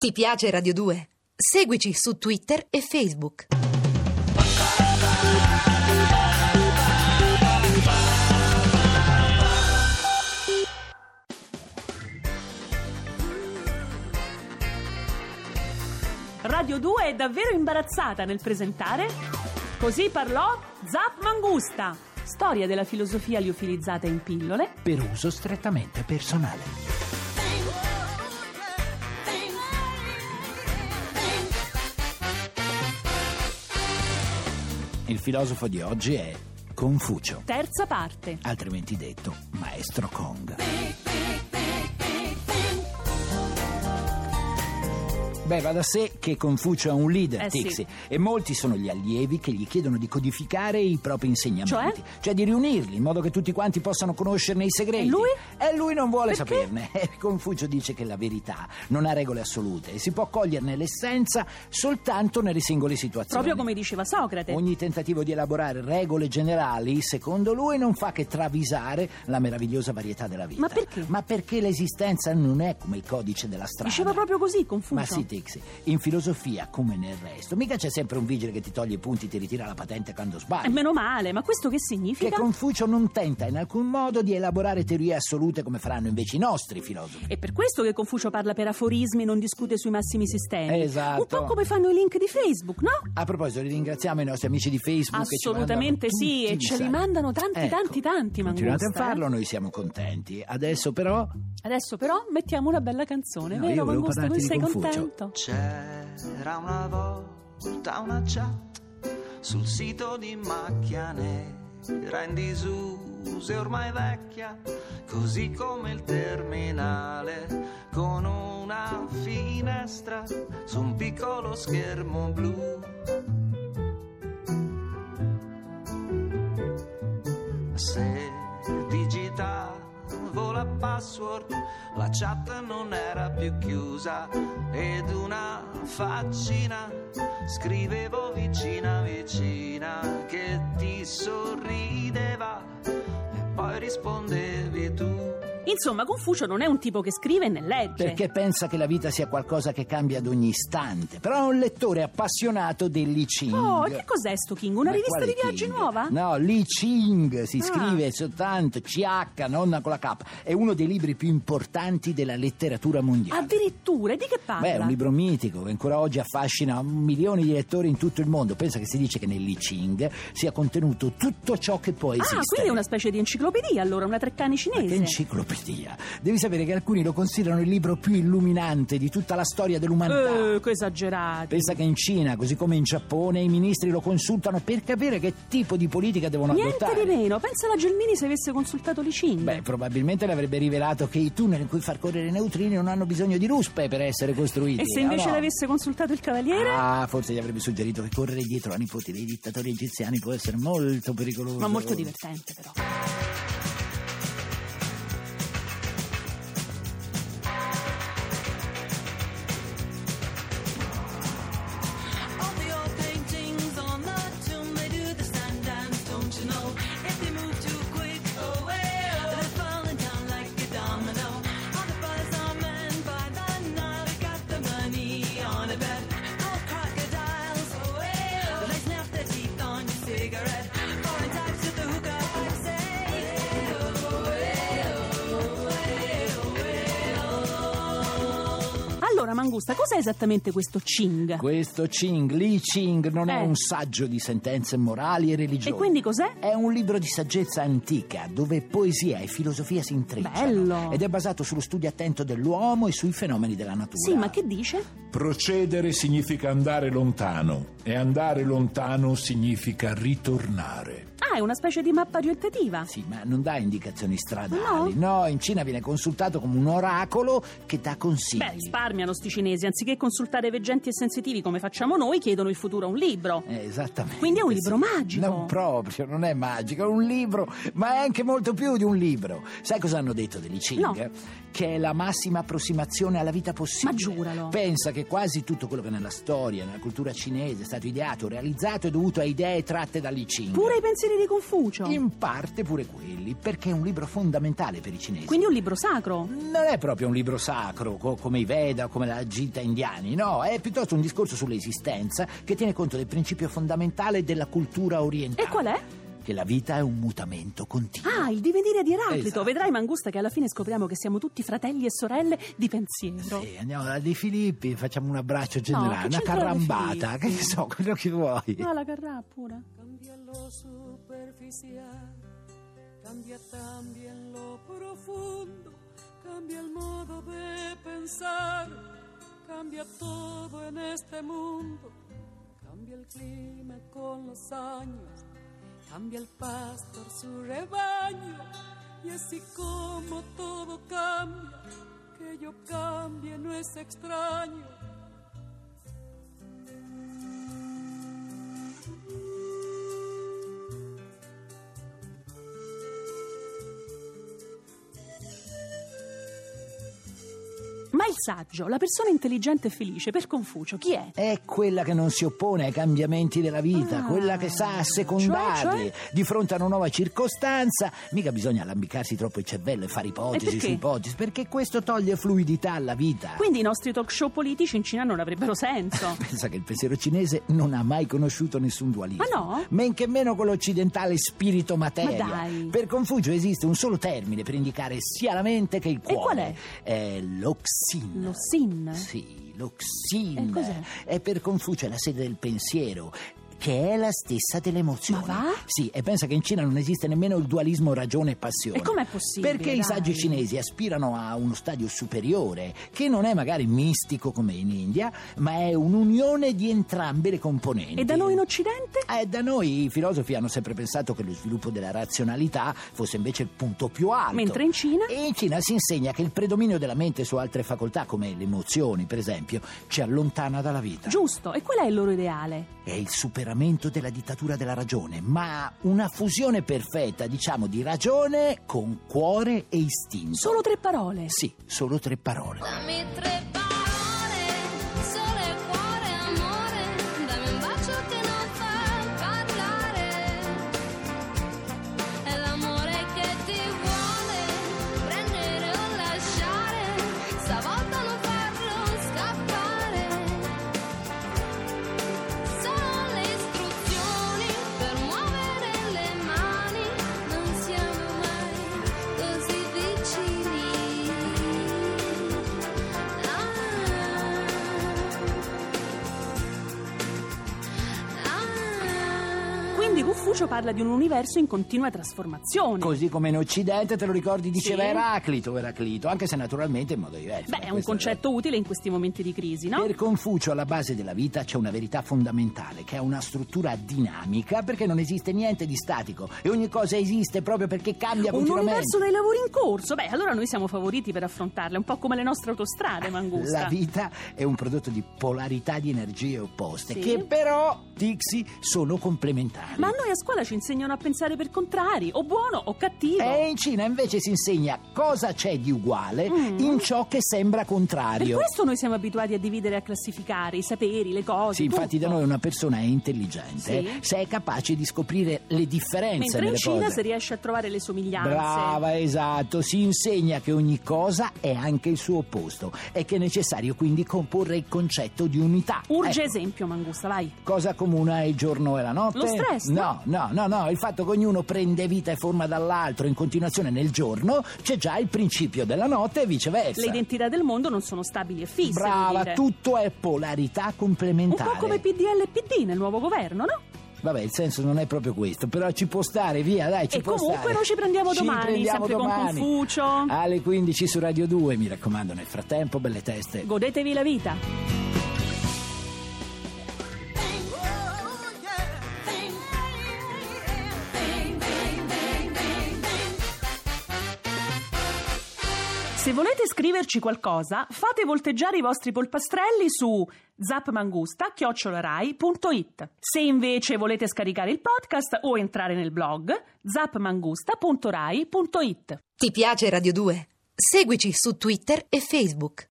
Ti piace Radio 2? Seguici su Twitter e Facebook. Radio 2 è davvero imbarazzata nel presentare Così parlò Zap Mangusta, storia della filosofia liofilizzata in pillole per uso strettamente personale. Il filosofo di oggi è Confucio, terza parte. altrimenti detto Maestro Kong. Beh, va da sé che Confucio è un leader, Tixi, sì. E molti sono gli allievi che gli chiedono di codificare i propri insegnamenti, cioè di riunirli in modo che tutti quanti possano conoscerne i segreti. E lui? E lui non vuole Perché? saperne. Confucio dice che la verità non ha regole assolute e si può coglierne l'essenza soltanto nelle singole situazioni. Proprio come diceva Socrate. Ogni tentativo di elaborare regole generali, secondo lui, non fa che travisare la meravigliosa varietà della vita. Ma perché? Ma perché l'esistenza non è come il codice della strada. Diceva proprio così Confucio. Ma sì, Tixi, in filosofia come nel resto mica c'è sempre un vigile che ti toglie i punti e ti ritira la patente quando sbagli. E meno male, ma questo che significa? Che Confucio non tenta in alcun modo di elaborare teorie assolute come faranno invece i nostri filosofi. È per questo che Confucio parla per aforismi e non discute sui massimi sistemi. Esatto. Un po' come fanno i link di Facebook, no? A proposito, ringraziamo i nostri amici di Facebook. Assolutamente che ci sì, e ce li mandano tanti, Ecco, tanti, continuate Mangusta, a farlo, noi siamo contenti. Adesso però Adesso però mettiamo una bella canzone, No, vero io volevo Mangusta? Tu parlarti di sei Confucio. contento? C'era una volta una chat sul sito di Macchia Nera in disuso e ormai vecchia, così come il terminale, con una finestra su un piccolo schermo blu. Se digitavo la password, la chat non era più chiusa ed una faccina scrivevo vicina vicina che ti sorrideva e poi rispondevi tu. Insomma, Confucio non è un tipo che scrive né legge. perché pensa che la vita sia qualcosa che cambia ad ogni istante. Però è un lettore appassionato del Li Ching. Oh, che cos'è sto King? Una Ma rivista quale di viaggi King? nuova? No, Li Ching si scrive soltanto CH, non con la K. È uno dei libri più importanti della letteratura mondiale. Addirittura, e di che parla? Beh, è un libro mitico che ancora oggi affascina milioni di lettori in tutto il mondo. Pensa che si dice che nel Li Ching sia contenuto tutto ciò che può esistere. Ah, quindi è una specie di enciclopedia, allora, una Treccani cinese. Che enciclopedia! Devi sapere che alcuni lo considerano il libro più illuminante di tutta la storia dell'umanità. Che esagerati. Pensa che in Cina, così come in Giappone, i ministri lo consultano per capire che tipo di politica devono Niente adottare. di meno, pensa alla Gelmini se avesse consultato Li Ching. Beh, probabilmente le avrebbe rivelato che i tunnel in cui far correre i neutrini non hanno bisogno di ruspe per essere costruiti. E se invece no? l'avesse consultato il Cavaliere? Ah, forse gli avrebbe suggerito che correre dietro a nipoti dei dittatori egiziani può essere molto pericoloso. Ma molto divertente, però. Allora, Mangusta, cos'è esattamente questo Ching? Questo Ching, Li Ching, non è un saggio di sentenze morali e religiose. E quindi cos'è? È un libro di saggezza antica, dove poesia e filosofia si intrecciano. Bello! Ed è basato sullo studio attento dell'uomo e sui fenomeni della natura. Sì, ma che dice? Procedere significa andare lontano e andare lontano significa ritornare. Ah, è una specie di mappa orientativa. Sì, ma non dà indicazioni stradali. No, in Cina viene consultato come un oracolo che dà consigli. Beh, risparmiano sti cinesi, anziché consultare veggenti e sensitivi come facciamo noi, chiedono il futuro a un libro. Esattamente. Quindi è un sì. libro magico. Non proprio, non è magico, è un libro, ma è anche molto più di un libro. Sai cosa hanno detto degli Ching? No. Che è la massima approssimazione alla vita possibile. Ma giuralo. Pensa che quasi tutto quello che nella storia, nella cultura cinese è stato ideato, realizzato è dovuto a idee tratte da Li Ching. Pure i pensieri di Confucio? In parte pure quelli, perché è un libro fondamentale per i cinesi. Quindi un libro sacro? Non è proprio un libro sacro, come i Veda o come la Gita indiani, no, è piuttosto un discorso sull'esistenza che tiene conto del principio fondamentale della cultura orientale. E qual è? Che la vita è un mutamento continuo. Ah, il divenire di Eraclito. Esatto. Vedrai, Mangusta, che alla fine scopriamo che siamo tutti fratelli e sorelle di pensiero. Sì, andiamo da De Filippi, facciamo un abbraccio generale, che una c'entra De carrambata, che ne Filippi? so, quello che vuoi. Ah, la carrà pure. Cambia lo superficial, cambia también lo profundo, cambia el modo de pensar, cambia todo en este mundo, cambia el clima con los años, cambia el pastor su rebaño, y así como todo cambia, que yo cambie no es extraño. Ma il saggio, la persona intelligente e felice, per Confucio, chi è? È quella che non si oppone ai cambiamenti della vita, Ah, quella che sa assecondarli cioè? di fronte a una nuova circostanza. Mica bisogna allambicarsi troppo il cervello e fare ipotesi perché? su ipotesi, perché questo toglie fluidità alla vita. Quindi i nostri talk show politici in Cina non avrebbero senso. Pensa che il pensiero cinese non ha mai conosciuto nessun dualismo. Ah, no? Men che meno quello occidentale spirito-materia. Ma dai. Per Confucio esiste un solo termine per indicare sia la mente che il cuore. qual è? È l'oxin. Lo sin? Sì, l'oxin. E cos'è? È per Confucio la sede del pensiero, che è la stessa delle emozioni. Ma va? Sì, e pensa che in Cina non esiste nemmeno il dualismo ragione e passione. E com'è possibile? Perché i saggi Dai. cinesi aspirano a uno stadio superiore, che non è magari mistico come in India, ma è un'unione di entrambe le componenti. E da noi in Occidente? Da noi i filosofi hanno sempre pensato che lo sviluppo della razionalità fosse invece il punto più alto. Mentre in Cina? E in Cina si insegna che il predominio della mente su altre facoltà, come le emozioni, per esempio, ci allontana dalla vita. Giusto, e qual è il loro ideale? È il superamento della dittatura della ragione, ma una fusione perfetta, diciamo, di ragione con cuore e istinto. Solo 3 parole? Sì, solo 3 parole. Dammi 3 parole, sole, cuore, amore, dammi un bacio che non fa parlare, è l'amore che ti vuole prendere o lasciare, stavolta non farlo scappare, sono le istruzioni per muovere le mani, non siamo mai così vicini. Quindi Confucio parla di un universo in continua trasformazione. Così come in Occidente, te lo ricordi, diceva Sì. Eraclito, anche se naturalmente in modo diverso. Beh, è un Questo concetto utile in questi momenti di crisi, no? Per Confucio alla base della vita c'è una verità fondamentale, che ha una struttura dinamica, perché non esiste niente di statico e ogni cosa esiste proprio perché cambia Un continuamente. universo dei lavori in corso. Beh, allora noi siamo favoriti per affrontarle, un po' come le nostre autostrade, Mangusta. La vita è un prodotto di polarità di energie opposte, Sì. che però, Tixi, sono complementari. Ma a noi a scuola ci insegnano a pensare per contrari, o buono o cattivo. E in Cina invece si insegna cosa c'è di uguale in ciò che sembra Per contrario. questo noi siamo abituati a dividere e a classificare i saperi, le cose. Sì, infatti tutto. da noi una persona è intelligente Sì. se è capace di scoprire le differenze Mentre in nelle Cina cose. si riesce a trovare le somiglianze. Brava, esatto. Si insegna che ogni cosa è anche il suo opposto e che è necessario quindi comporre il concetto di unità. Urge Ecco, esempio, Mangusta, vai. cosa comuna il giorno e la notte? Lo stress, No, il fatto che ognuno prende vita e forma dall'altro in continuazione nel giorno, c'è già il principio della notte e viceversa. Le identità del mondo non sono stabili e fisse. vuol Brava, dire. tutto è polarità Un complementare. po' come PDL e PD nel nuovo governo, no? Vabbè, il senso non è proprio questo, però ci può stare, via, dai, ci E può comunque stare. noi ci prendiamo domani, prendiamo sempre con domani. Confucio. Alle 15 su Radio 2, mi raccomando, nel frattempo, belle teste. Godetevi la vita. Se volete scriverci qualcosa, fate volteggiare i vostri polpastrelli su zapmangusta@rai.it. Se invece volete scaricare il podcast o entrare nel blog, zapmangusta.rai.it. Ti piace Radio 2? Seguici su Twitter e Facebook.